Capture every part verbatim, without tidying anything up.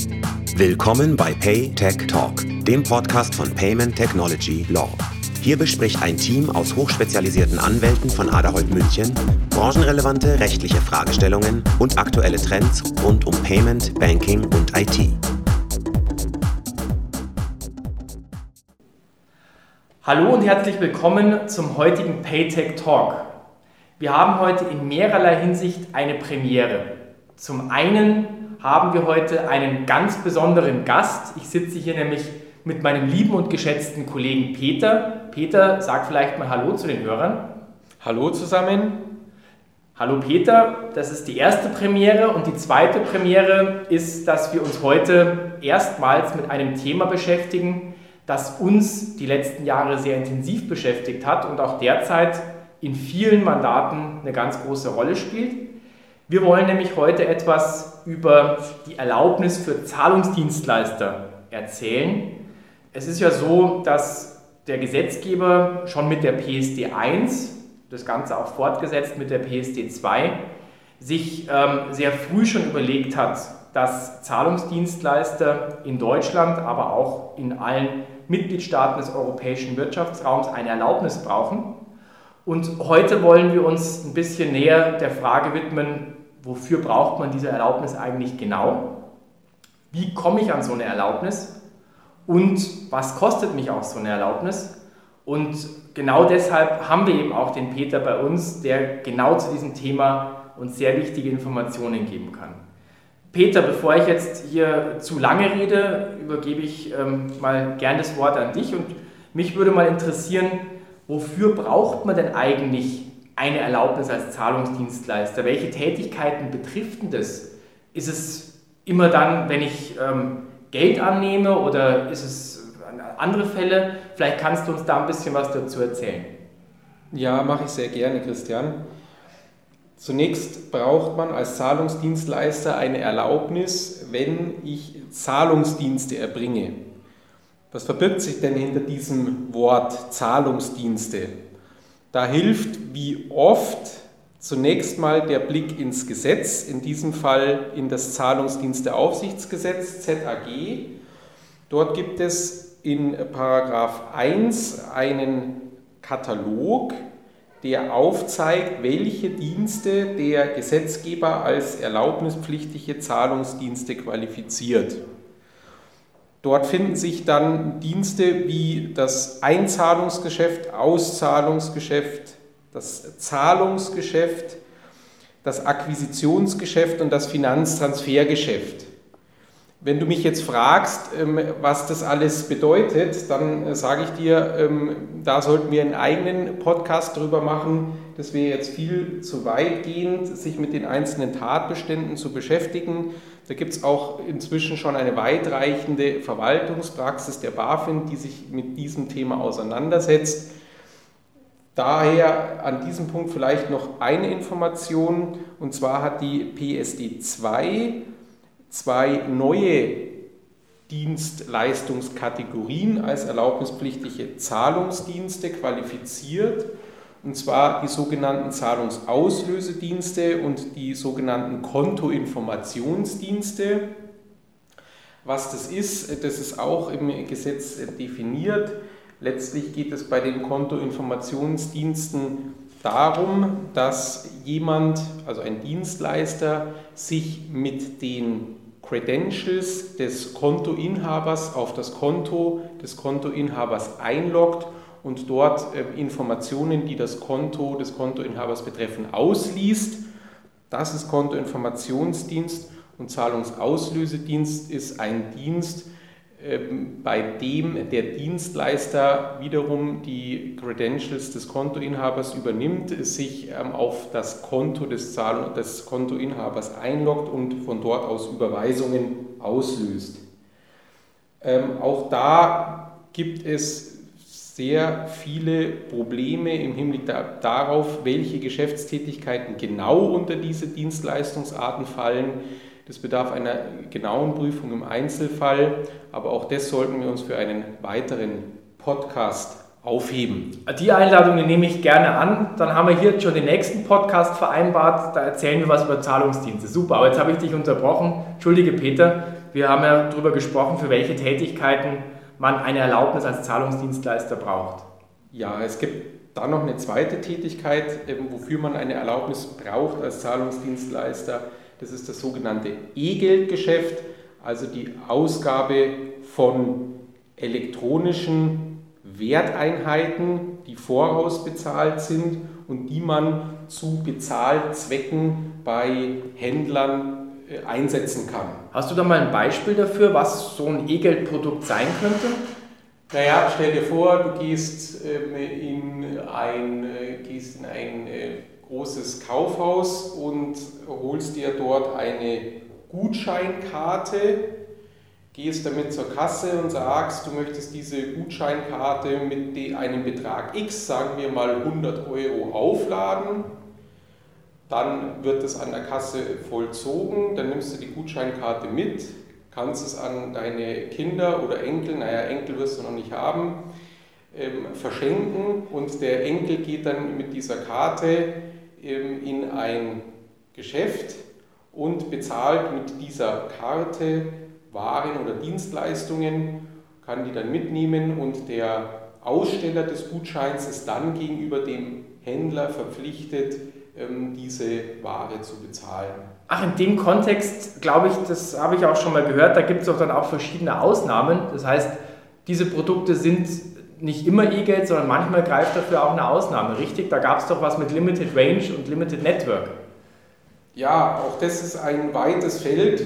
Willkommen bei PayTech Talk, dem Podcast von Payment Technology Law. Hier bespricht ein Team aus hochspezialisierten Anwälten von Adlerholt München branchenrelevante rechtliche Fragestellungen und aktuelle Trends rund um Payment, Banking und I T. Hallo und herzlich willkommen zum heutigen PayTech Talk. Wir haben heute in mehrerlei Hinsicht eine Premiere. Zum einen haben wir heute einen ganz besonderen Gast. Ich sitze hier nämlich mit meinem lieben und geschätzten Kollegen Peter. Peter, sag vielleicht mal Hallo zu den Hörern. Hallo zusammen. Hallo Peter, das ist die erste Premiere und die zweite Premiere ist, dass wir uns heute erstmals mit einem Thema beschäftigen, das uns die letzten Jahre sehr intensiv beschäftigt hat und auch derzeit in vielen Mandaten eine ganz große Rolle spielt. Wir wollen nämlich heute etwas über die Erlaubnis für Zahlungsdienstleister erzählen. Es ist ja so, dass der Gesetzgeber schon mit der P S D eins, das Ganze auch fortgesetzt mit der P S D zwei, sich ähm, sehr früh schon überlegt hat, dass Zahlungsdienstleister in Deutschland, aber auch in allen Mitgliedstaaten des europäischen Wirtschaftsraums eine Erlaubnis brauchen. Und heute wollen wir uns ein bisschen näher der Frage widmen, wofür braucht man diese Erlaubnis eigentlich genau? Wie komme ich an so eine Erlaubnis? Und was kostet mich auch so eine Erlaubnis? Und genau deshalb haben wir eben auch den Peter bei uns, der genau zu diesem Thema uns sehr wichtige Informationen geben kann. Peter, bevor ich jetzt hier zu lange rede, übergebe ich ähm, mal gern das Wort an dich. Und mich würde mal interessieren, wofür braucht man denn eigentlich eine Erlaubnis als Zahlungsdienstleister? Welche Tätigkeiten betrifft denn das? Ist es immer dann, wenn ich ähm, Geld annehme oder ist es andere Fälle? Vielleicht kannst du uns da ein bisschen was dazu erzählen. Ja, mache ich sehr gerne, Christian. Zunächst braucht man als Zahlungsdienstleister eine Erlaubnis, wenn ich Zahlungsdienste erbringe. Was verbirgt sich denn hinter diesem Wort Zahlungsdienste? Da hilft wie oft zunächst mal der Blick ins Gesetz, in diesem Fall in das Zahlungsdiensteaufsichtsgesetz Z A G. Dort gibt es in Paragraph eins einen Katalog, der aufzeigt, welche Dienste der Gesetzgeber als erlaubnispflichtige Zahlungsdienste qualifiziert. Dort finden sich dann Dienste wie das Einzahlungsgeschäft, Auszahlungsgeschäft, das Zahlungsgeschäft, das Akquisitionsgeschäft und das Finanztransfergeschäft. Wenn du mich jetzt fragst, was das alles bedeutet, dann sage ich dir, da sollten wir einen eigenen Podcast drüber machen. Das wäre jetzt viel zu weitgehend, sich mit den einzelnen Tatbeständen zu beschäftigen. Da gibt es auch inzwischen schon eine weitreichende Verwaltungspraxis der BaFin, die sich mit diesem Thema auseinandersetzt. Daher an diesem Punkt vielleicht noch eine Information, und zwar hat die P S D zwei zwei neue Dienstleistungskategorien als erlaubnispflichtige Zahlungsdienste qualifiziert, und zwar die sogenannten Zahlungsauslösedienste und die sogenannten Kontoinformationsdienste. Was das ist, das ist auch im Gesetz definiert. Letztlich geht es bei den Kontoinformationsdiensten darum, dass jemand, also ein Dienstleister, sich mit den Credentials des Kontoinhabers auf das Konto des Kontoinhabers einloggt und dort äh, Informationen, die das Konto des Kontoinhabers betreffen, ausliest. Das ist Kontoinformationsdienst, und Zahlungsauslösedienst ist ein Dienst, äh, bei dem der Dienstleister wiederum die Credentials des Kontoinhabers übernimmt, sich ähm, auf das Konto des, Zahl- des Kontoinhabers einloggt und von dort aus Überweisungen auslöst. Ähm, auch da gibt es sehr viele Probleme im Hinblick darauf, welche Geschäftstätigkeiten genau unter diese Dienstleistungsarten fallen. Das bedarf einer genauen Prüfung im Einzelfall, aber auch das sollten wir uns für einen weiteren Podcast aufheben. Die Einladung nehme ich gerne an. Dann haben wir hier schon den nächsten Podcast vereinbart. Da erzählen wir was über Zahlungsdienste. Super, aber jetzt habe ich dich unterbrochen. Entschuldige, Peter. wir haben ja darüber gesprochen, für welche Tätigkeiten man eine Erlaubnis als Zahlungsdienstleister braucht. Ja, es gibt dann noch eine zweite Tätigkeit, wofür man eine Erlaubnis braucht als Zahlungsdienstleister. Das ist das sogenannte E-Geldgeschäft, also die Ausgabe von elektronischen Werteinheiten, die vorausbezahlt sind und die man zu Bezahlzwecken bei Händlern einsetzen kann. Hast du da mal ein Beispiel dafür, was so ein E-Geld-Produkt sein könnte? Naja, stell dir vor, du gehst in ein, gehst in ein großes Kaufhaus und holst dir dort eine Gutscheinkarte, gehst damit zur Kasse und sagst, du möchtest diese Gutscheinkarte mit einem Betrag X, sagen wir mal hundert Euro, aufladen. Dann wird es an der Kasse vollzogen, dann nimmst du die Gutscheinkarte mit, kannst es an deine Kinder oder Enkel, naja, Enkel wirst du noch nicht haben, ähm, verschenken und der Enkel geht dann mit dieser Karte ähm, in ein Geschäft und bezahlt mit dieser Karte Waren oder Dienstleistungen, kann die dann mitnehmen und der Aussteller des Gutscheins ist dann gegenüber dem Händler verpflichtet, diese Ware zu bezahlen. Ach, in dem Kontext, glaube ich, das habe ich auch schon mal gehört, da gibt es doch dann auch verschiedene Ausnahmen. Das heißt, diese Produkte sind nicht immer E-Geld, sondern manchmal greift dafür auch eine Ausnahme, richtig? Da gab es doch was mit Limited Range und Limited Network. Ja, auch das ist ein weites Feld.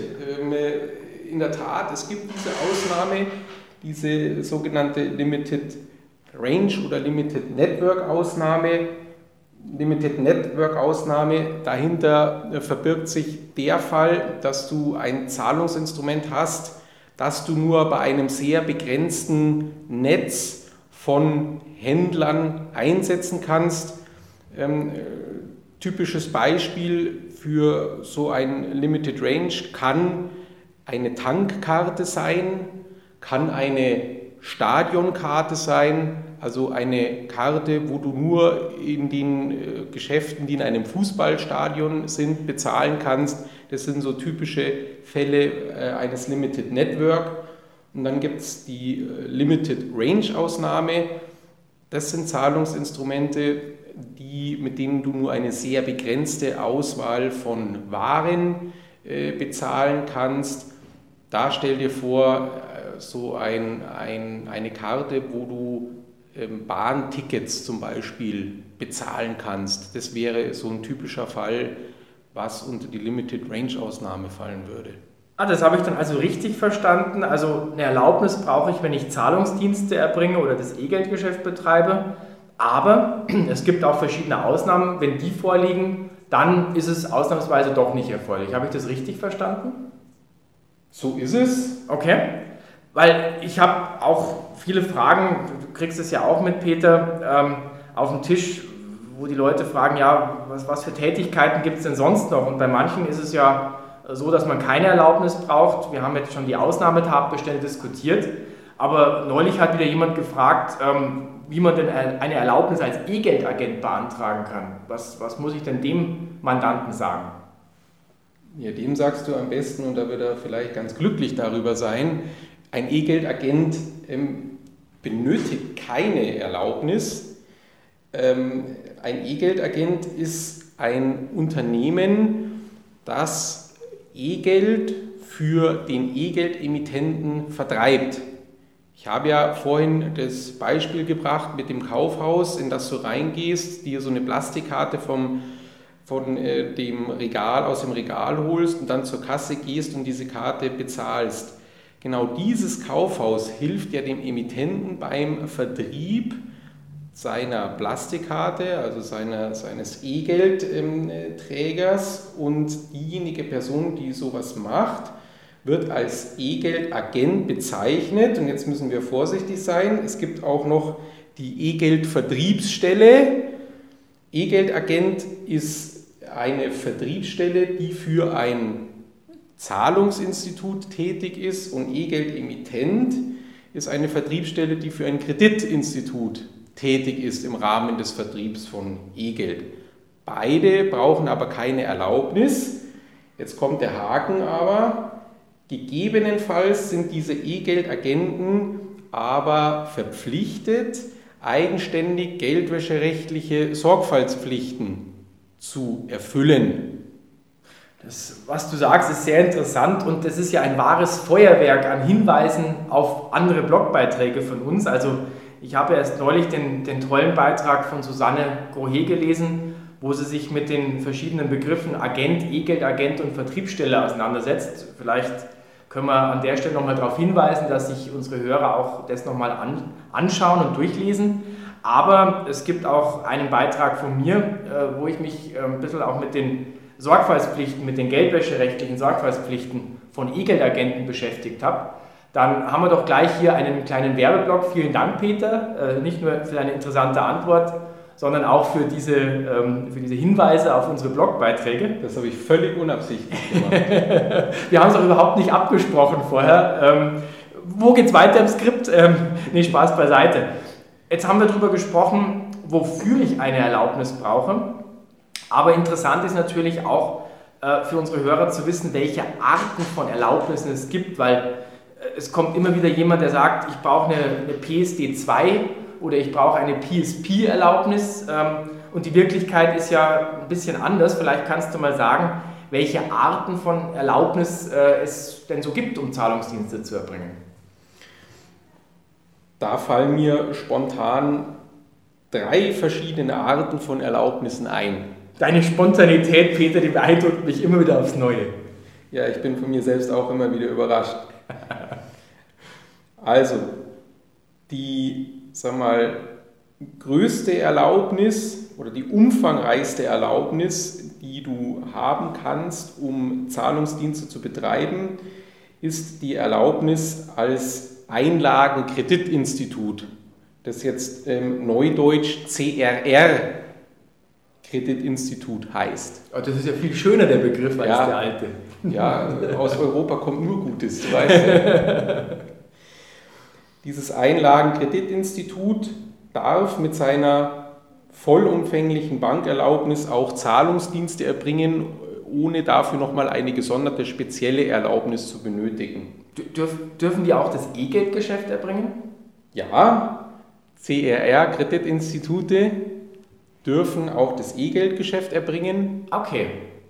In der Tat, es gibt diese Ausnahme, diese sogenannte Limited Range oder Limited Network Ausnahme. Limited Network Ausnahme, dahinter verbirgt sich der Fall, dass du ein Zahlungsinstrument hast, das du nur bei einem sehr begrenzten Netz von Händlern einsetzen kannst. Ähm, typisches Beispiel für so ein Limited Range kann eine Tankkarte sein, kann eine Stadionkarte sein, also eine Karte, wo du nur in den Geschäften, die in einem Fußballstadion sind, bezahlen kannst. Das sind so typische Fälle eines Limited Network. Und dann gibt es die Limited Range Ausnahme. Das sind Zahlungsinstrumente, die, mit denen du nur eine sehr begrenzte Auswahl von Waren äh, bezahlen kannst. Da stell dir vor, äh, so ein, ein, eine Karte, wo du ähm, Bahntickets zum Beispiel bezahlen kannst. Das wäre so ein typischer Fall, was unter die Limited Range Ausnahme fallen würde. Ah, das habe ich dann also richtig verstanden. Also eine Erlaubnis brauche ich, wenn ich Zahlungsdienste erbringe oder das E-Geldgeschäft betreibe. Aber es gibt auch verschiedene Ausnahmen. Wenn die vorliegen, dann ist es ausnahmsweise doch nicht erforderlich. Habe ich das richtig verstanden? So ist es. Okay. Weil ich habe auch viele Fragen, du kriegst es ja auch mit, Peter, ähm, auf dem Tisch, wo die Leute fragen, ja, was, was für Tätigkeiten gibt es denn sonst noch? Und bei manchen ist es ja so, dass man keine Erlaubnis braucht. Wir haben jetzt schon die Ausnahmetatbestände diskutiert, aber neulich hat wieder jemand gefragt, ähm, wie man denn eine Erlaubnis als E-Geldagent beantragen kann. Was, was muss ich denn dem Mandanten sagen? Ja, dem sagst du am besten, und da wird er vielleicht ganz glücklich darüber sein, ein E-Geldagent ähm, benötigt keine Erlaubnis. Ähm, ein E-Geldagent ist ein Unternehmen, das E-Geld für den E-Geld-Emittenten vertreibt. Ich habe ja vorhin das Beispiel gebracht mit dem Kaufhaus, in das du reingehst, dir so eine Plastikkarte vom, von äh, dem Regal, aus dem Regal holst und dann zur Kasse gehst und diese Karte bezahlst. Genau dieses Kaufhaus hilft ja dem Emittenten beim Vertrieb seiner Plastikkarte, also seiner, seines E-Geldträgers, und diejenige Person, die sowas macht, wird als E-Geld-Agent bezeichnet. Und jetzt müssen wir vorsichtig sein. Es gibt auch noch die E-Geld-Vertriebsstelle. E-Geld-Agent ist eine Vertriebsstelle, die für ein Zahlungsinstitut tätig ist, und E-Geld-Emittent ist eine Vertriebsstelle, die für ein Kreditinstitut tätig ist im Rahmen des Vertriebs von E-Geld. Beide brauchen aber keine Erlaubnis. Jetzt kommt der Haken aber. Gegebenenfalls sind diese E-Geldagenten aber verpflichtet, eigenständig geldwäscherechtliche Sorgfaltspflichten zu erfüllen. Das, was du sagst, ist sehr interessant und das ist ja ein wahres Feuerwerk an Hinweisen auf andere Blogbeiträge von uns. Also ich habe erst neulich den, den tollen Beitrag von Susanne Grohe gelesen, wo sie sich mit den verschiedenen Begriffen Agent, E-Geldagent und Vertriebsstelle auseinandersetzt. Vielleicht können wir an der Stelle nochmal darauf hinweisen, dass sich unsere Hörer auch das nochmal an, anschauen und durchlesen. Aber es gibt auch einen Beitrag von mir, äh, wo ich mich äh, ein bisschen auch mit den Sorgfaltspflichten, mit den geldwäscherechtlichen Sorgfaltspflichten von E-Geldagenten beschäftigt habe. Dann haben wir doch gleich hier einen kleinen Werbeblock. Vielen Dank, Peter, äh, nicht nur für deine interessante Antwort, sondern auch für diese, ähm, für diese Hinweise auf unsere Blogbeiträge. Das habe ich völlig unabsichtlich gemacht. Wir haben es auch überhaupt nicht abgesprochen vorher. Ähm, wo geht es weiter im Skript? Ähm, nee, Spaß beiseite. Jetzt haben wir darüber gesprochen, wofür ich eine Erlaubnis brauche. Aber interessant ist natürlich auch äh, für unsere Hörer zu wissen, welche Arten von Erlaubnissen es gibt, weil äh, es kommt immer wieder jemand, der sagt, ich brauche eine, eine P S D zwei oder ich brauche eine P S P-Erlaubnis ähm, und die Wirklichkeit ist ja ein bisschen anders. Vielleicht kannst du mal sagen, welche Arten von Erlaubnis äh, es denn so gibt, um Zahlungsdienste zu erbringen. Da fallen mir spontan drei verschiedene Arten von Erlaubnissen ein. Deine Spontanität, Peter, die beeindruckt mich immer wieder aufs Neue. Ja, ich bin von mir selbst auch immer wieder überrascht. Also, die, sag mal, größte Erlaubnis oder die umfangreichste Erlaubnis, die du haben kannst, um Zahlungsdienste zu betreiben, ist die Erlaubnis als Einlagenkreditinstitut, das jetzt ähm, neudeutsch C R R-Kreditinstitut heißt. Oh, das ist ja viel schöner, der Begriff, als ja, der alte. Ja, aus Europa kommt nur Gutes, du weißt ja. Dieses Einlagenkreditinstitut darf mit seiner vollumfänglichen Bankerlaubnis auch Zahlungsdienste erbringen, ohne dafür nochmal eine gesonderte spezielle Erlaubnis zu benötigen. Dürf, dürfen die auch das E-Geldgeschäft erbringen? Ja, C R R-Kreditinstitute dürfen auch das E-Geldgeschäft erbringen. Okay.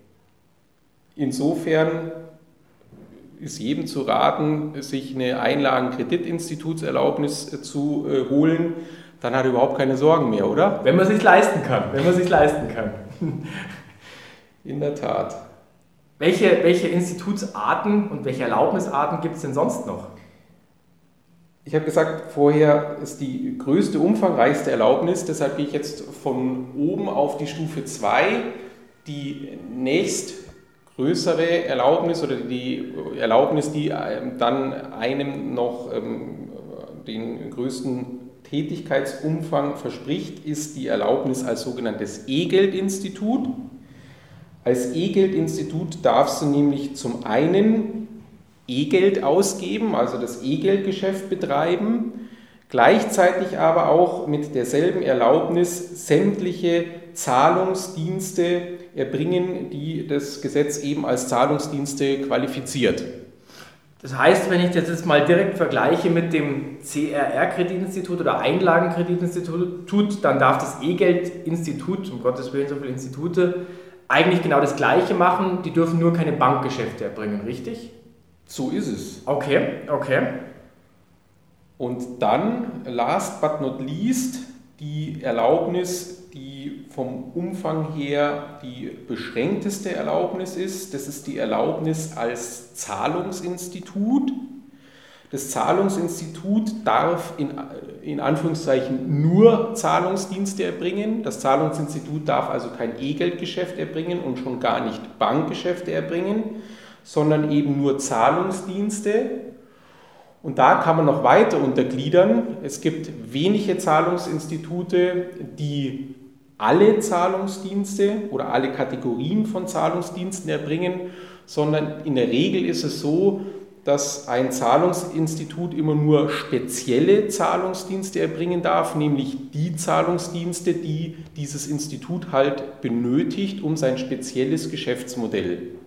Insofern ist jedem zu raten, sich eine Einlagenkreditinstitutserlaubnis zu äh, holen. Dann hat er überhaupt keine Sorgen mehr, oder? Wenn man es sich leisten kann. Wenn man es sich leisten kann. In der Tat. Welche, welche Institutsarten und welche Erlaubnisarten gibt es denn sonst noch? Ich habe gesagt, vorher ist die größte, umfangreichste Erlaubnis, deshalb gehe ich jetzt von oben auf die Stufe zwei. Die nächst größere Erlaubnis oder die Erlaubnis, die dann einem noch den größten Tätigkeitsumfang verspricht, ist die Erlaubnis als sogenanntes E-Geldinstitut. Als E-Geldinstitut darfst du nämlich zum einen E-Geld ausgeben, also das E-Geldgeschäft betreiben, gleichzeitig aber auch mit derselben Erlaubnis sämtliche Zahlungsdienste erbringen, die das Gesetz eben als Zahlungsdienste qualifiziert. Das heißt, wenn ich das jetzt mal direkt vergleiche mit dem C R R-Kreditinstitut oder Einlagenkreditinstitut, dann darf das E-Geldinstitut, um Gottes Willen so viele Institute, eigentlich genau das Gleiche machen, die dürfen nur keine Bankgeschäfte erbringen, richtig? So ist es. Okay, okay. Und dann, last but not least, die Erlaubnis, die vom Umfang her die beschränkteste Erlaubnis ist. Das ist die Erlaubnis als Zahlungsinstitut. Das Zahlungsinstitut darf in, in Anführungszeichen nur Zahlungsdienste erbringen. Das Zahlungsinstitut darf also kein E-Geldgeschäft erbringen und schon gar nicht Bankgeschäfte erbringen, sondern eben nur Zahlungsdienste. Und da kann man noch weiter untergliedern. Es gibt wenige Zahlungsinstitute, die alle Zahlungsdienste oder alle Kategorien von Zahlungsdiensten erbringen, sondern in der Regel ist es so, dass ein Zahlungsinstitut immer nur spezielle Zahlungsdienste erbringen darf, nämlich die Zahlungsdienste, die dieses Institut halt benötigt, um sein spezielles Geschäftsmodell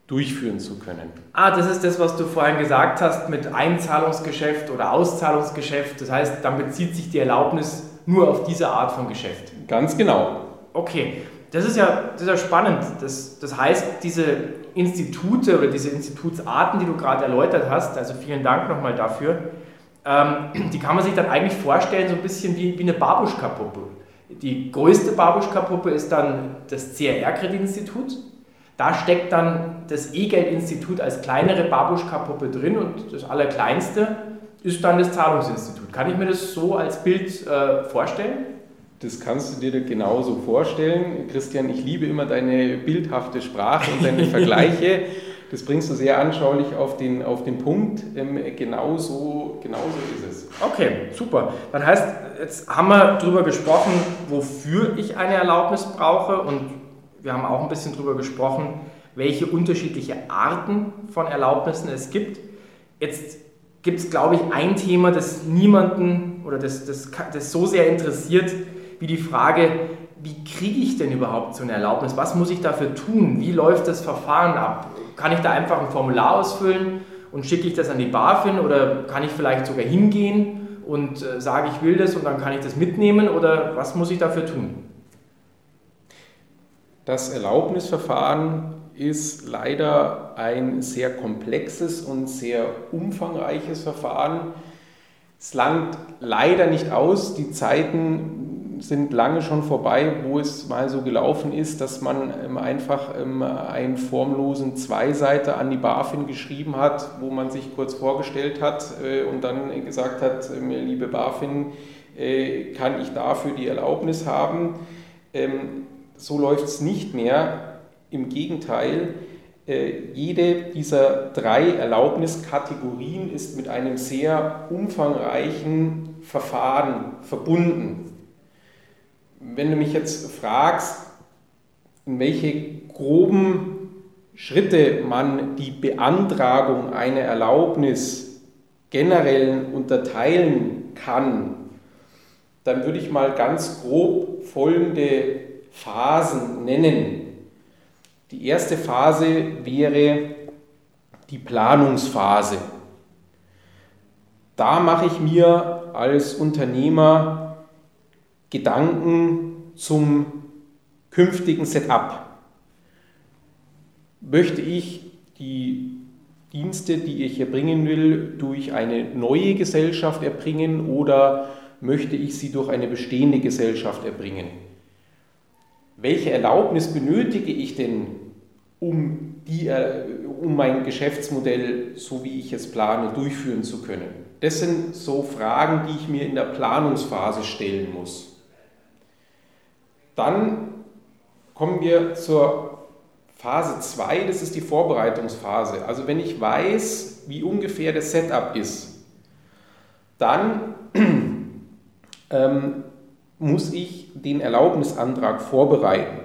durchführen zu können. Ah, das ist das, was du vorhin gesagt hast mit Einzahlungsgeschäft oder Auszahlungsgeschäft. Das heißt, dann bezieht sich die Erlaubnis nur auf diese Art von Geschäft. Ganz genau. Okay, das ist ja, das ist ja spannend. Das, das heißt, diese Institute oder diese Institutsarten, die du gerade erläutert hast, also vielen Dank nochmal dafür, ähm, die kann man sich dann eigentlich vorstellen so ein bisschen wie, wie eine Babuschka-Puppe. Die größte Babuschka-Puppe ist dann das C R R-Kreditinstitut. Da steckt dann das E-Geld-Institut als kleinere Babuschka-Puppe drin und das allerkleinste ist dann das Zahlungsinstitut. Kann ich mir das so als Bild äh, vorstellen? Das kannst du dir genauso vorstellen. Christian, ich liebe immer deine bildhafte Sprache und deine Vergleiche. Das bringst du sehr anschaulich auf den, auf den Punkt. Ähm, genauso, genauso ist es. Okay, super. Dann heißt, jetzt haben wir darüber gesprochen, wofür ich eine Erlaubnis brauche und wir haben auch ein bisschen darüber gesprochen, welche unterschiedliche Arten von Erlaubnissen es gibt. Jetzt gibt es, glaube ich, ein Thema, das niemanden oder das, das, das so sehr interessiert, wie die Frage, wie kriege ich denn überhaupt so eine Erlaubnis? Was muss ich dafür tun? Wie läuft das Verfahren ab? Kann ich da einfach ein Formular ausfüllen und schicke ich das an die BaFin oder kann ich vielleicht sogar hingehen und äh, sage, ich will das und dann kann ich das mitnehmen oder was muss ich dafür tun? Das Erlaubnisverfahren ist leider ein sehr komplexes und sehr umfangreiches Verfahren. Es langt leider nicht aus. Die Zeiten sind lange schon vorbei, wo es mal so gelaufen ist, dass man einfach einen formlosen Zweiseiter an die BaFin geschrieben hat, wo man sich kurz vorgestellt hat und dann gesagt hat, liebe BaFin, kann ich dafür die Erlaubnis haben? So läuft es nicht mehr. Im Gegenteil, jede dieser drei Erlaubniskategorien ist mit einem sehr umfangreichen Verfahren verbunden. Wenn du mich jetzt fragst, in welche groben Schritte man die Beantragung einer Erlaubnis generell unterteilen kann, dann würde ich mal ganz grob folgende Phasen nennen. Die erste Phase wäre die Planungsphase. Da mache ich mir als Unternehmer Gedanken zum künftigen Setup. Möchte ich die Dienste, die ich erbringen will, durch eine neue Gesellschaft erbringen oder möchte ich sie durch eine bestehende Gesellschaft erbringen? Welche Erlaubnis benötige ich denn, um, die, um mein Geschäftsmodell, so wie ich es plane, durchführen zu können? Das sind so Fragen, die ich mir in der Planungsphase stellen muss. Dann kommen wir zur Phase zwei, das ist die Vorbereitungsphase. Also wenn ich weiß, wie ungefähr das Setup ist, dann ähm, muss ich den Erlaubnisantrag vorbereiten.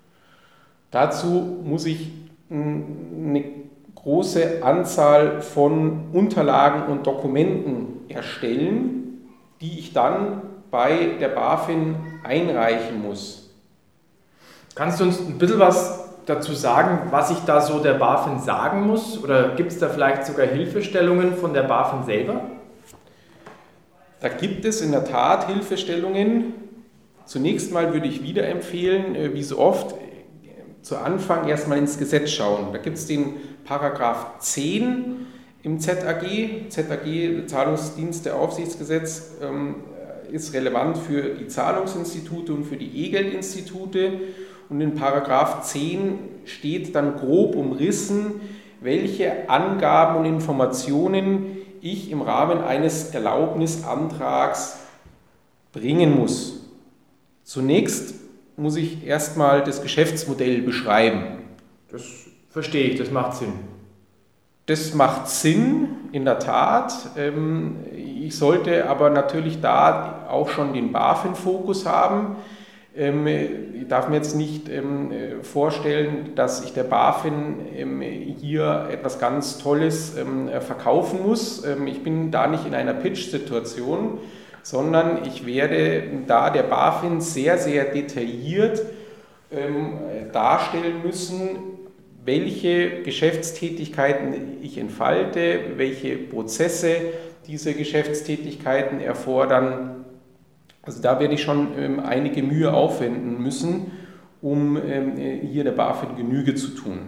Dazu muss ich eine große Anzahl von Unterlagen und Dokumenten erstellen, die ich dann bei der BaFin einreichen muss. Kannst du uns ein bisschen was dazu sagen, was ich da so der BaFin sagen muss? Oder gibt es da vielleicht sogar Hilfestellungen von der BaFin selber? Da gibt es in der Tat Hilfestellungen. Zunächst mal würde ich wieder empfehlen, wie so oft, zu Anfang erstmal ins Gesetz schauen. Da gibt es den Paragraph zehn im Z A G. Z A G, Zahlungsdiensteaufsichtsgesetz, ist relevant für die Zahlungsinstitute und für die E-Geld-Institute. Und in Paragraph zehn steht dann grob umrissen, welche Angaben und Informationen ich im Rahmen eines Erlaubnisantrags bringen muss. Zunächst muss ich erstmal das Geschäftsmodell beschreiben. Das verstehe ich, das macht Sinn. Das macht Sinn, in der Tat. Ich sollte aber natürlich da auch schon den BaFin-Fokus haben. Ich darf mir jetzt nicht vorstellen, dass ich der BaFin hier etwas ganz Tolles verkaufen muss. Ich bin da nicht in einer Pitch-Situation, sondern ich werde da der BaFin sehr, sehr detailliert darstellen müssen, welche Geschäftstätigkeiten ich entfalte, welche Prozesse diese Geschäftstätigkeiten erfordern. Also da werde ich schon ähm, einige Mühe aufwenden müssen, um ähm, hier der BaFin Genüge zu tun.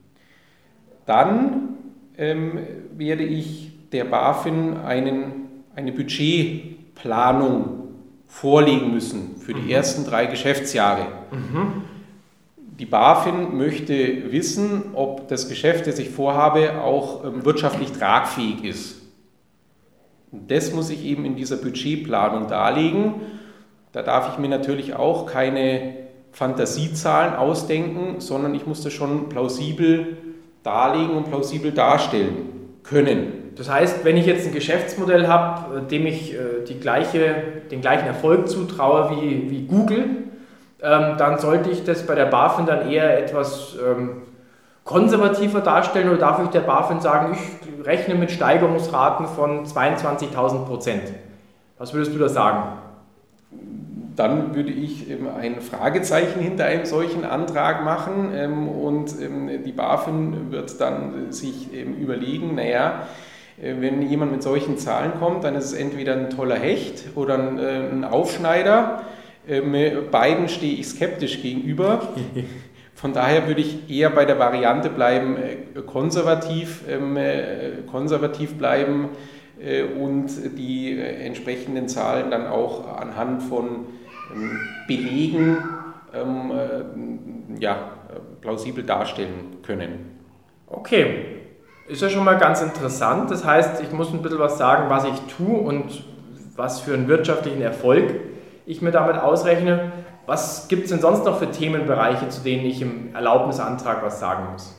Dann ähm, werde ich der BaFin einen, eine Budgetplanung vorlegen müssen für die mhm. ersten drei Geschäftsjahre. Mhm. Die BaFin möchte wissen, ob das Geschäft, das ich vorhabe, auch ähm, wirtschaftlich tragfähig ist. Und das muss ich eben in dieser Budgetplanung darlegen. Da darf ich mir natürlich auch keine Fantasiezahlen ausdenken, sondern ich muss das schon plausibel darlegen und plausibel darstellen können. Das heißt, wenn ich jetzt ein Geschäftsmodell habe, dem ich äh, die gleiche, den gleichen Erfolg zutraue wie, wie Google, ähm, dann sollte ich das bei der BaFin dann eher etwas ähm, konservativer darstellen, oder darf ich der BaFin sagen, ich rechne mit Steigerungsraten von zweiundzwanzigtausend Prozent? Was würdest du da sagen? Dann würde ich ein Fragezeichen hinter einem solchen Antrag machen und die BaFin wird dann sich überlegen, naja, wenn jemand mit solchen Zahlen kommt, dann ist es entweder ein toller Hecht oder ein Aufschneider. Beiden stehe ich skeptisch gegenüber. Von daher würde ich eher bei der Variante bleiben, konservativ, konservativ bleiben und die entsprechenden Zahlen dann auch anhand von Belegen ähm, äh, ja, plausibel darstellen können. Okay, ist ja schon mal ganz interessant. Das heißt, ich muss ein bisschen was sagen, was ich tue und was für einen wirtschaftlichen Erfolg ich mir damit ausrechne. Was gibt es denn sonst noch für Themenbereiche, zu denen ich im Erlaubnisantrag was sagen muss?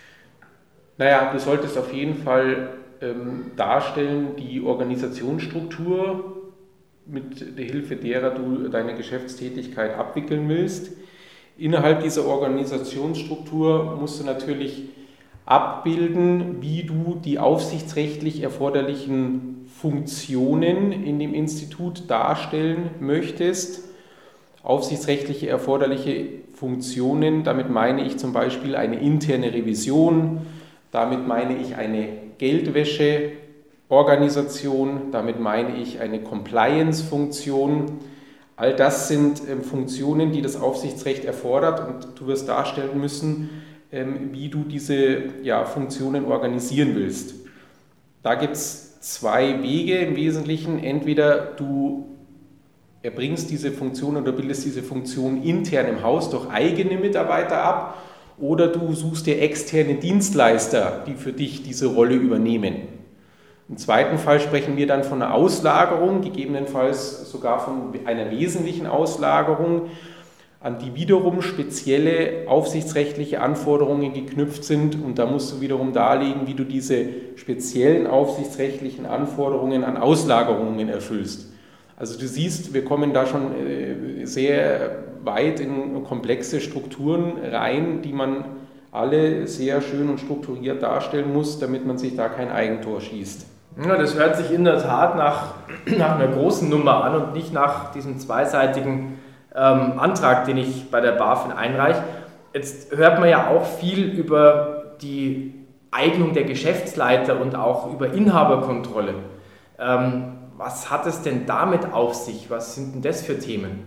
Naja, du solltest auf jeden Fall ähm, darstellen, die Organisationsstruktur, mit der Hilfe derer du deine Geschäftstätigkeit abwickeln willst. Innerhalb dieser Organisationsstruktur musst du natürlich abbilden, wie du die aufsichtsrechtlich erforderlichen Funktionen in dem Institut darstellen möchtest. Aufsichtsrechtliche erforderliche Funktionen, damit meine ich zum Beispiel eine interne Revision, damit meine ich eine Geldwäsche, Organisation, damit meine ich eine Compliance-Funktion. All das sind ähm, Funktionen, die das Aufsichtsrecht erfordert, und du wirst darstellen müssen, ähm, wie du diese ja, Funktionen organisieren willst. Da gibt es zwei Wege im Wesentlichen. Entweder du erbringst diese Funktion oder bildest diese Funktion intern im Haus durch eigene Mitarbeiter ab, oder du suchst dir externe Dienstleister, die für dich diese Rolle übernehmen. Im zweiten Fall sprechen wir dann von einer Auslagerung, gegebenenfalls sogar von einer wesentlichen Auslagerung, an die wiederum spezielle aufsichtsrechtliche Anforderungen geknüpft sind. Und da musst du wiederum darlegen, wie du diese speziellen aufsichtsrechtlichen Anforderungen an Auslagerungen erfüllst. Also du siehst, wir kommen da schon sehr weit in komplexe Strukturen rein, die man alle sehr schön und strukturiert darstellen muss, damit man sich da kein Eigentor schießt. Ja, das hört sich in der Tat nach, nach einer großen Nummer an und nicht nach diesem zweiseitigen ähm, Antrag, den ich bei der BaFin einreiche. Jetzt hört man ja auch viel über die Eignung der Geschäftsleiter und auch über Inhaberkontrolle. Ähm, was hat es denn damit auf sich? Was sind denn das für Themen?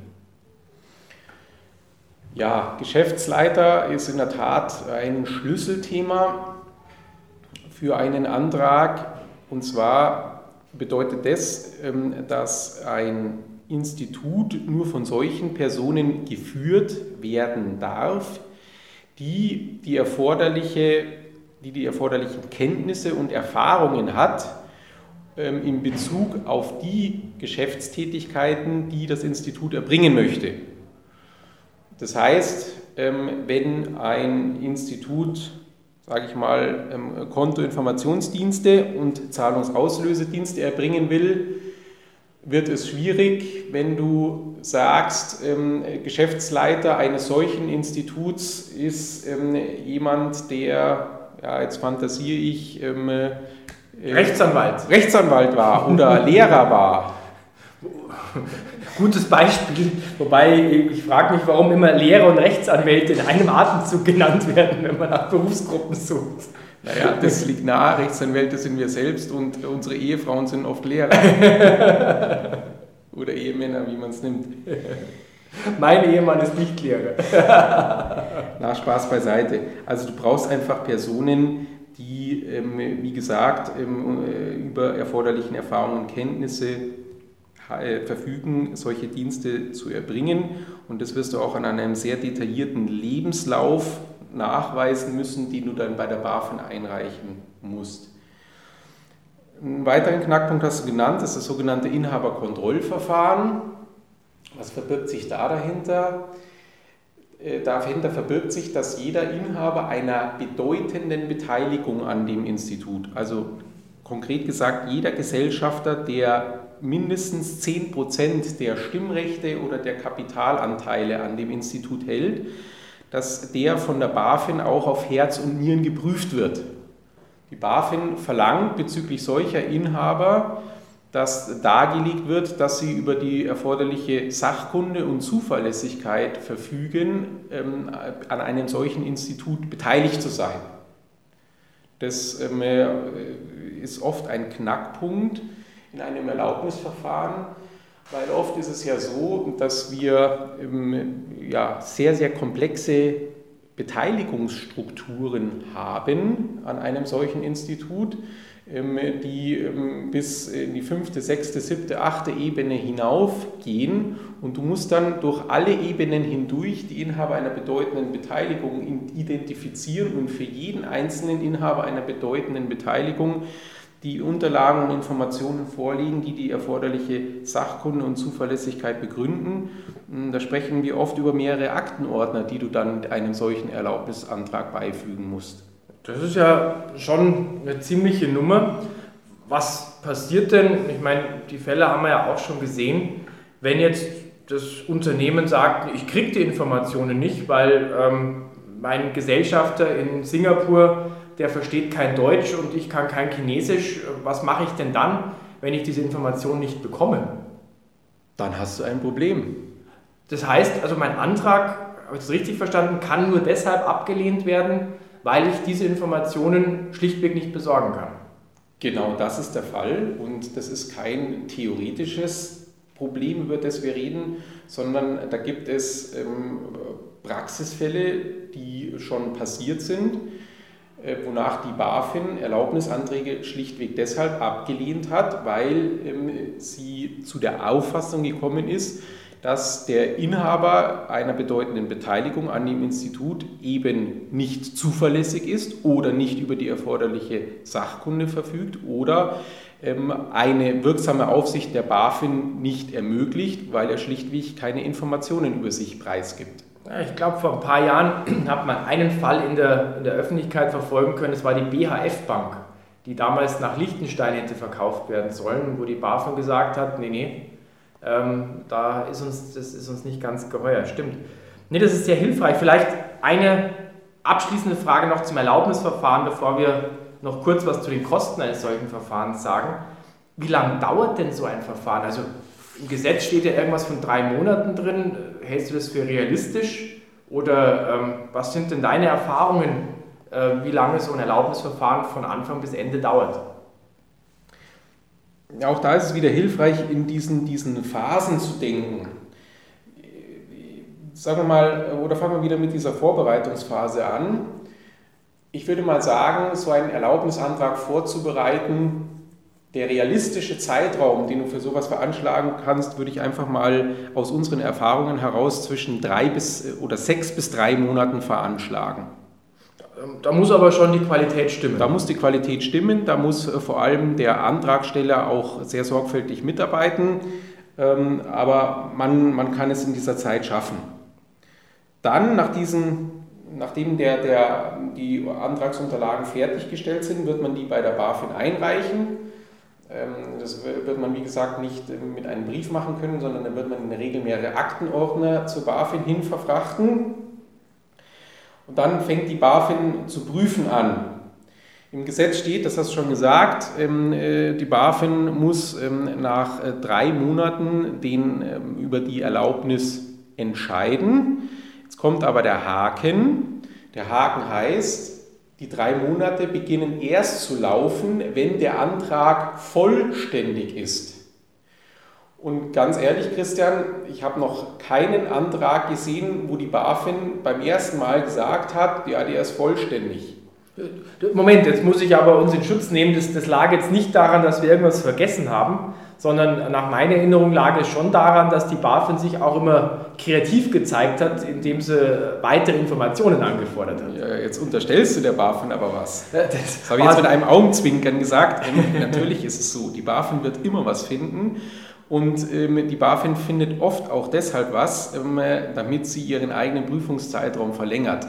Ja, Geschäftsleiter ist in der Tat ein Schlüsselthema für einen Antrag. Und zwar bedeutet das, dass ein Institut nur von solchen Personen geführt werden darf, die die, erforderliche, die die erforderlichen Kenntnisse und Erfahrungen hat in Bezug auf die Geschäftstätigkeiten, die das Institut erbringen möchte. Das heißt, wenn ein Institut, sage ich mal, Kontoinformationsdienste und Zahlungsauslösedienste erbringen will, wird es schwierig, wenn du sagst, Geschäftsleiter eines solchen Instituts ist jemand, der, ja, jetzt fantasiere ich, Rechtsanwalt. Rechtsanwalt war oder Lehrer war. Gutes Beispiel, wobei ich frage mich, warum immer Lehrer und Rechtsanwälte in einem Atemzug genannt werden, wenn man nach Berufsgruppen sucht. Naja, das liegt nahe, Rechtsanwälte sind wir selbst und unsere Ehefrauen sind oft Lehrer. Oder Ehemänner, wie man es nimmt. Mein Ehemann ist nicht Lehrer. Na, Spaß beiseite. Also du brauchst einfach Personen, die, ähm, wie gesagt, ähm, über erforderlichen Erfahrungen und Kenntnisse äh, verfügen, solche Dienste zu erbringen. Und das wirst du auch an einem sehr detaillierten Lebenslauf nachweisen müssen, den du dann bei der BaFin einreichen musst. Einen weiteren Knackpunkt hast du genannt, das ist das sogenannte Inhaberkontrollverfahren. Was verbirgt sich da dahinter? Dahinter verbirgt sich, dass jeder Inhaber einer bedeutenden Beteiligung an dem Institut, also konkret gesagt jeder Gesellschafter, der mindestens zehn Prozent der Stimmrechte oder der Kapitalanteile an dem Institut hält, dass der von der BaFin auch auf Herz und Nieren geprüft wird. Die BaFin verlangt bezüglich solcher Inhaber, dass dargelegt wird, dass sie über die erforderliche Sachkunde und Zuverlässigkeit verfügen, ähm, an einem solchen Institut beteiligt zu sein. Das ähm, ist oft ein Knackpunkt in einem Erlaubnisverfahren, weil oft ist es ja so, dass wir ähm, ja, sehr, sehr komplexe Beteiligungsstrukturen haben an einem solchen Institut, die bis in die fünfte, sechste, siebte, achte Ebene hinaufgehen und du musst dann durch alle Ebenen hindurch die Inhaber einer bedeutenden Beteiligung identifizieren und für jeden einzelnen Inhaber einer bedeutenden Beteiligung die Unterlagen und Informationen vorliegen, die die erforderliche Sachkunde und Zuverlässigkeit begründen. Da sprechen wir oft über mehrere Aktenordner, die du dann einem solchen Erlaubnisantrag beifügen musst. Das ist ja schon eine ziemliche Nummer. Was passiert denn, ich meine, die Fälle haben wir ja auch schon gesehen, wenn jetzt das Unternehmen sagt, ich kriege die Informationen nicht, weil ähm, mein Gesellschafter in Singapur, der versteht kein Deutsch und ich kann kein Chinesisch, was mache ich denn dann, wenn ich diese Informationen nicht bekomme? Dann hast du ein Problem. Das heißt, also mein Antrag, habe ich das richtig verstanden, kann nur deshalb abgelehnt werden, weil ich diese Informationen schlichtweg nicht besorgen kann. Genau, das ist der Fall und das ist kein theoretisches Problem, über das wir reden, sondern da gibt es ähm, Praxisfälle, die schon passiert sind, äh, wonach die BaFin Erlaubnisanträge schlichtweg deshalb abgelehnt hat, weil ähm, sie zu der Auffassung gekommen ist, dass der Inhaber einer bedeutenden Beteiligung an dem Institut eben nicht zuverlässig ist oder nicht über die erforderliche Sachkunde verfügt oder ähm, eine wirksame Aufsicht der BaFin nicht ermöglicht, weil er schlichtweg keine Informationen über sich preisgibt. Ja, ich glaube, vor ein paar Jahren hat man einen Fall in der, in der Öffentlichkeit verfolgen können, das war die B H F-Bank, die damals nach Liechtenstein hätte verkauft werden sollen, wo die BaFin gesagt hat, nee, nee, Ähm, da ist uns, das ist uns nicht ganz geheuer, stimmt. Nee, das ist sehr hilfreich. Vielleicht eine abschließende Frage noch zum Erlaubnisverfahren, bevor wir noch kurz was zu den Kosten eines solchen Verfahrens sagen. Wie lange dauert denn so ein Verfahren? Also im Gesetz steht ja irgendwas von drei Monaten drin. Hältst du das für realistisch? Oder ähm, was sind denn deine Erfahrungen, äh, wie lange so ein Erlaubnisverfahren von Anfang bis Ende dauert? Auch da ist es wieder hilfreich, in diesen, diesen Phasen zu denken. Sagen wir mal, oder fangen wir wieder mit dieser Vorbereitungsphase an. Ich würde mal sagen, so einen Erlaubnisantrag vorzubereiten, der realistische Zeitraum, den du für sowas veranschlagen kannst, würde ich einfach mal aus unseren Erfahrungen heraus zwischen drei bis oder sechs bis drei Monaten veranschlagen. Da muss aber schon die Qualität stimmen. Da muss die Qualität stimmen, da muss vor allem der Antragsteller auch sehr sorgfältig mitarbeiten, aber man, man kann es in dieser Zeit schaffen. Dann, nach diesen, nachdem der, der, die Antragsunterlagen fertiggestellt sind, wird man die bei der BaFin einreichen. Das wird man, wie gesagt, nicht mit einem Brief machen können, sondern dann wird man in der Regel mehrere Aktenordner zur BaFin hin verfrachten. Und dann fängt die BaFin zu prüfen an. Im Gesetz steht, das hast du schon gesagt, die BaFin muss nach drei Monaten den, über die Erlaubnis entscheiden. Jetzt kommt aber der Haken. Der Haken heißt, die drei Monate beginnen erst zu laufen, wenn der Antrag vollständig ist. Und ganz ehrlich, Christian, ich habe noch keinen Antrag gesehen, wo die BaFin beim ersten Mal gesagt hat, ja, der ist vollständig. Moment, jetzt muss ich aber uns in Schutz nehmen, das, das lag jetzt nicht daran, dass wir irgendwas vergessen haben, sondern nach meiner Erinnerung lag es schon daran, dass die BaFin sich auch immer kreativ gezeigt hat, indem sie weitere Informationen angefordert hat. Ja, jetzt unterstellst du der BaFin aber was. Das, das habe ich jetzt mit einem Augenzwinkern gesagt. Natürlich ist es so, die BaFin wird immer was finden und ähm, die BaFin findet oft auch deshalb was, ähm, damit sie ihren eigenen Prüfungszeitraum verlängert.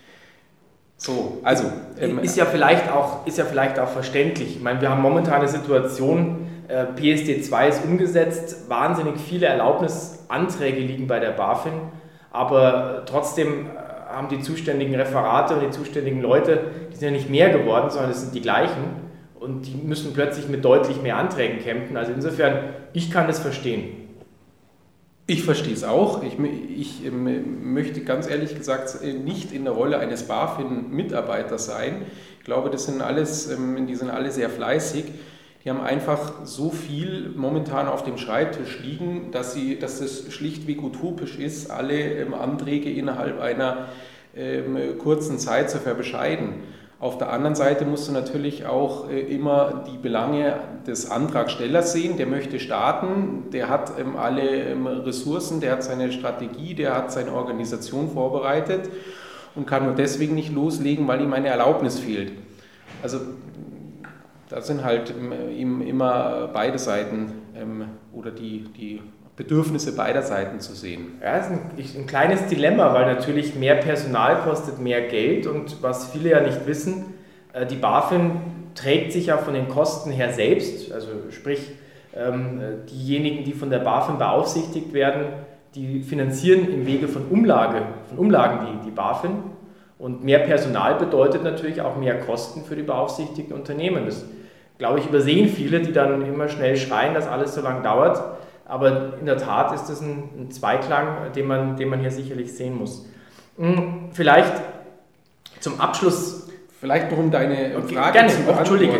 So, also, ähm, ist, ja vielleicht auch, ist ja vielleicht auch verständlich. Ich meine, wir haben momentan eine Situation, äh, P S D zwei ist umgesetzt, wahnsinnig viele Erlaubnisanträge liegen bei der BaFin, aber trotzdem haben die zuständigen Referate und die zuständigen Leute, die sind ja nicht mehr geworden, sondern es sind die gleichen und die müssen plötzlich mit deutlich mehr Anträgen kämpfen. Also insofern, ich kann das verstehen. Ich verstehe es auch. Ich, ich ähm, möchte ganz ehrlich gesagt nicht in der Rolle eines BaFin-Mitarbeiters sein. Ich glaube, das sind alles, ähm, die sind alle sehr fleißig. Die haben einfach so viel momentan auf dem Schreibtisch liegen, dass, sie, dass es schlichtweg utopisch ist, alle ähm, Anträge innerhalb einer ähm, kurzen Zeit zu verbescheiden. Auf der anderen Seite musst du natürlich auch äh, immer die Belange des Antragstellers sehen. Der möchte starten, der hat ähm, alle ähm, Ressourcen, der hat seine Strategie, der hat seine Organisation vorbereitet und kann nur deswegen nicht loslegen, weil ihm eine Erlaubnis fehlt. Also da sind halt ähm, immer beide Seiten ähm, oder die, die Bedürfnisse beider Seiten zu sehen. Ja, das ist ein, ein kleines Dilemma, weil natürlich mehr Personal kostet mehr Geld und was viele ja nicht wissen, die BaFin trägt sich ja von den Kosten her selbst, also sprich diejenigen, die von der BaFin beaufsichtigt werden, die finanzieren im Wege von Umlage, von Umlagen die, die BaFin und mehr Personal bedeutet natürlich auch mehr Kosten für die beaufsichtigten Unternehmen. Das, glaube ich, übersehen viele, die dann immer schnell schreien, dass alles so lange dauert. Aber in der Tat ist das ein, ein Zweiklang, den man, den man hier sicherlich sehen muss. Vielleicht zum Abschluss... Vielleicht noch um deine okay, Frage gerne. zu beantworten. Entschuldige.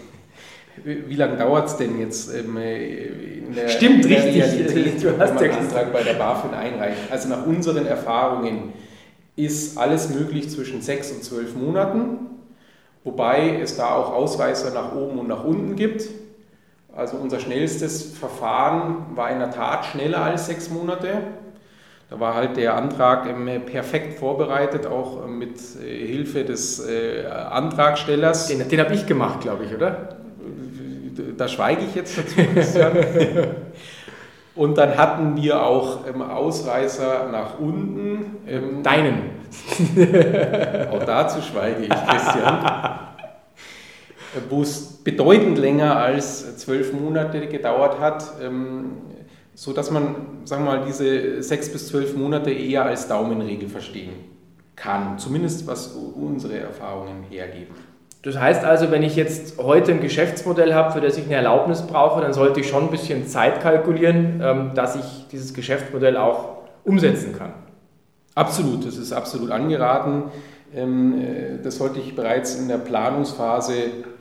Wie lange dauert es denn jetzt ähm, in der, Stimmt, in der richtig. Realität, Du hast wenn man ja einen Antrag bei der BaFin einreicht? Also nach unseren Erfahrungen ist alles möglich zwischen sechs und zwölf Monaten, wobei es da auch Ausreißer nach oben und nach unten gibt. Also unser schnellstes Verfahren war in der Tat schneller als sechs Monate. Da war halt der Antrag perfekt vorbereitet, auch mit Hilfe des Antragstellers. Den, den habe ich gemacht, glaube ich, oder? Da schweige ich jetzt dazu, Christian. Und dann hatten wir auch Ausreißer nach unten. Deinen. Auch dazu schweige ich, Christian. Wo es bedeutend länger als zwölf Monate gedauert hat, so dass man, sagen wir mal, diese sechs bis zwölf Monate eher als Daumenregel verstehen kann, zumindest was unsere Erfahrungen hergeben. Das heißt also, wenn ich jetzt heute ein Geschäftsmodell habe, für das ich eine Erlaubnis brauche, dann sollte ich schon ein bisschen Zeit kalkulieren, dass ich dieses Geschäftsmodell auch umsetzen kann. Absolut, das ist absolut angeraten. Das sollte ich bereits in der Planungsphase,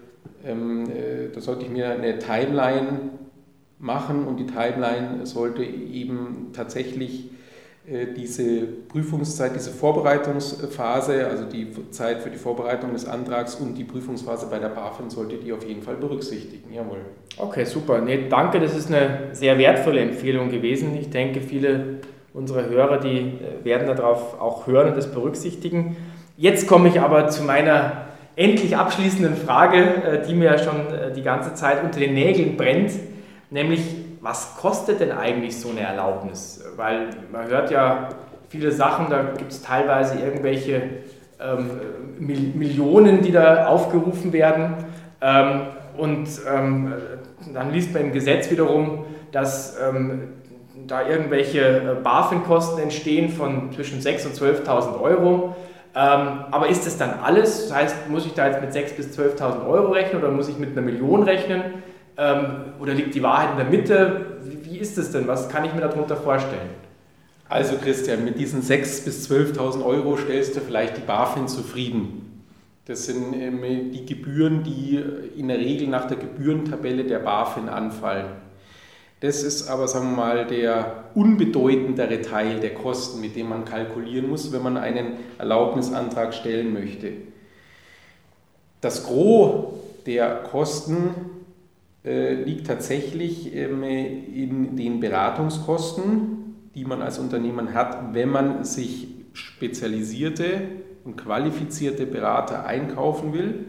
da sollte ich mir eine Timeline machen und die Timeline sollte eben tatsächlich diese Prüfungszeit, diese Vorbereitungsphase, also die Zeit für die Vorbereitung des Antrags und die Prüfungsphase bei der BaFin sollte die auf jeden Fall berücksichtigen. Jawohl. Okay, super. Nee, danke, das ist eine sehr wertvolle Empfehlung gewesen. Ich denke, viele unserer Hörer, die werden darauf auch hören und das berücksichtigen. Jetzt komme ich aber zu meiner endlich abschließenden Frage, die mir ja schon die ganze Zeit unter den Nägeln brennt, nämlich, was kostet denn eigentlich so eine Erlaubnis? Weil man hört ja viele Sachen, da gibt es teilweise irgendwelche ähm, Millionen, die da aufgerufen werden. Ähm, und ähm, dann liest man im Gesetz wiederum, dass ähm, da irgendwelche BaFin-Kosten entstehen von zwischen sechstausend und zwölftausend Euro. Ähm, aber ist das dann alles? Das heißt, muss ich da jetzt mit sechstausend bis zwölftausend Euro rechnen oder muss ich mit einer Million rechnen? Ähm, oder liegt die Wahrheit in der Mitte? Wie, wie ist das denn? Was kann ich mir darunter vorstellen? Also Christian, mit diesen sechstausend bis zwölftausend Euro stellst du vielleicht die BaFin zufrieden. Das sind ähm, die Gebühren, die in der Regel nach der Gebührentabelle der BaFin anfallen. Das ist aber, sagen wir mal, der unbedeutendere Teil der Kosten, mit dem man kalkulieren muss, wenn man einen Erlaubnisantrag stellen möchte. Das Gros der Kosten äh, liegt tatsächlich ähm, in den Beratungskosten, die man als Unternehmen hat, wenn man sich spezialisierte und qualifizierte Berater einkaufen will.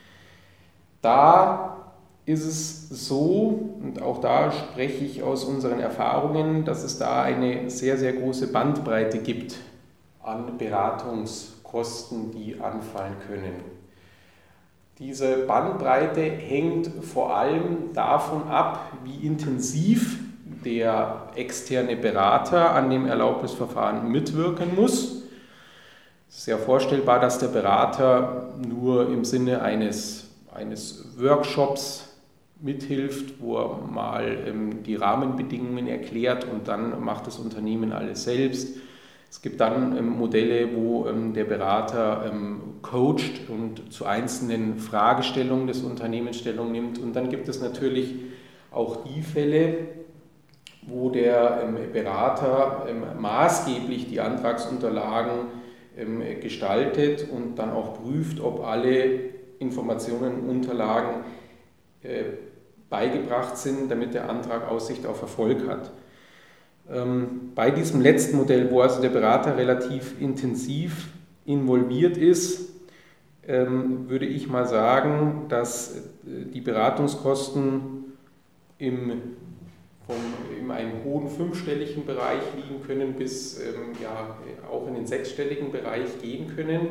Da ist es so, und auch da spreche ich aus unseren Erfahrungen, dass es da eine sehr, sehr große Bandbreite gibt an Beratungskosten, die anfallen können. Diese Bandbreite hängt vor allem davon ab, wie intensiv der externe Berater an dem Erlaubnisverfahren mitwirken muss. Es ist ja vorstellbar, dass der Berater nur im Sinne eines, eines Workshops mithilft, wo er mal ähm, die Rahmenbedingungen erklärt und dann macht das Unternehmen alles selbst. Es gibt dann ähm, Modelle, wo ähm, der Berater ähm, coacht und zu einzelnen Fragestellungen des Unternehmens Stellung nimmt. Und dann gibt es natürlich auch die Fälle, wo der ähm, Berater ähm, maßgeblich die Antragsunterlagen ähm, gestaltet und dann auch prüft, ob alle Informationen und Unterlagen äh, beigebracht sind, damit der Antrag Aussicht auf Erfolg hat. Ähm, bei diesem letzten Modell, wo also der Berater relativ intensiv involviert ist, ähm, würde ich mal sagen, dass äh, die Beratungskosten im, vom, in einem hohen fünfstelligen Bereich liegen können, bis ähm, ja, auch in den sechsstelligen Bereich gehen können.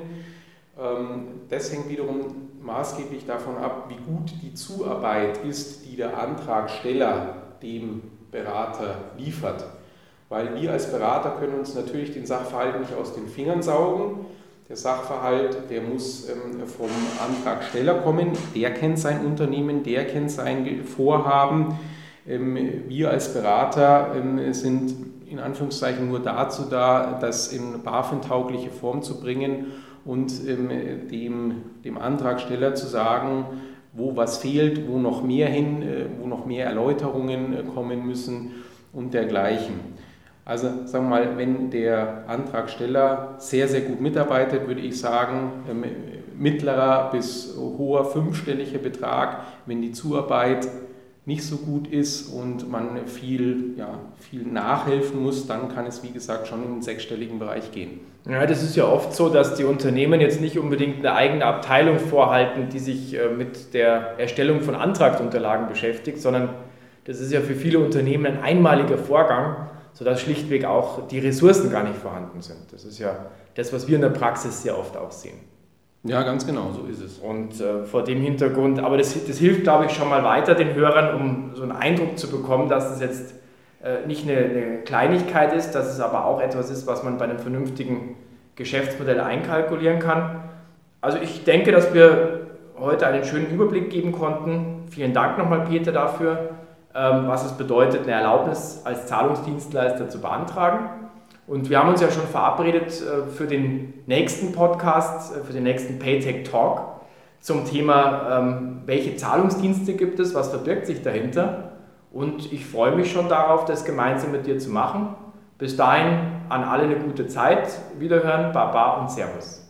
Ähm, das hängt wiederum maßgeblich davon ab, wie gut die Zuarbeit ist, die der Antragsteller dem Berater liefert. Weil wir als Berater können uns natürlich den Sachverhalt nicht aus den Fingern saugen. Der Sachverhalt, der muss ähm, vom Antragsteller kommen, der kennt sein Unternehmen, der kennt sein Vorhaben. Ähm, wir als Berater ähm, sind in Anführungszeichen nur dazu da, das in BaFin-taugliche Form zu bringen und ähm, dem, dem Antragsteller zu sagen, wo was fehlt, wo noch mehr hin, äh, wo noch mehr Erläuterungen äh, kommen müssen und dergleichen. Also sagen wir mal, wenn der Antragsteller sehr, sehr gut mitarbeitet, würde ich sagen, ähm, mittlerer bis hoher fünfstelliger Betrag. Wenn die Zuarbeit nicht so gut ist und man viel, ja, viel nachhelfen muss, dann kann es, wie gesagt, schon in den sechsstelligen Bereich gehen. Ja, das ist ja oft so, dass die Unternehmen jetzt nicht unbedingt eine eigene Abteilung vorhalten, die sich mit der Erstellung von Antragsunterlagen beschäftigt, sondern das ist ja für viele Unternehmen ein einmaliger Vorgang, sodass schlichtweg auch die Ressourcen gar nicht vorhanden sind. Das ist ja das, was wir in der Praxis sehr oft auch sehen. Ja, ganz genau, so ist es. Und äh, vor dem Hintergrund, aber das, das hilft, glaube ich, schon mal weiter den Hörern, um so einen Eindruck zu bekommen, dass es jetzt äh, nicht eine, eine Kleinigkeit ist, dass es aber auch etwas ist, was man bei einem vernünftigen Geschäftsmodell einkalkulieren kann. Also ich denke, dass wir heute einen schönen Überblick geben konnten. Vielen Dank nochmal, Peter, dafür, ähm, was es bedeutet, eine Erlaubnis als Zahlungsdienstleister zu beantragen. Und wir haben uns ja schon verabredet für den nächsten Podcast, für den nächsten Paytech Talk zum Thema, welche Zahlungsdienste gibt es, was verbirgt sich dahinter. Und ich freue mich schon darauf, das gemeinsam mit dir zu machen. Bis dahin an alle eine gute Zeit. Wiederhören, Baba und Servus.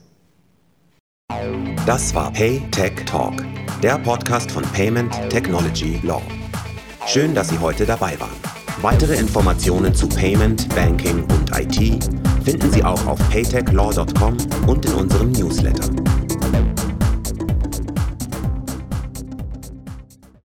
Das war Paytech Talk, der Podcast von Payment Technology Law. Schön, dass Sie heute dabei waren. Weitere Informationen zu Payment, Banking und I T finden Sie auch auf paytech law punkt com und in unserem Newsletter.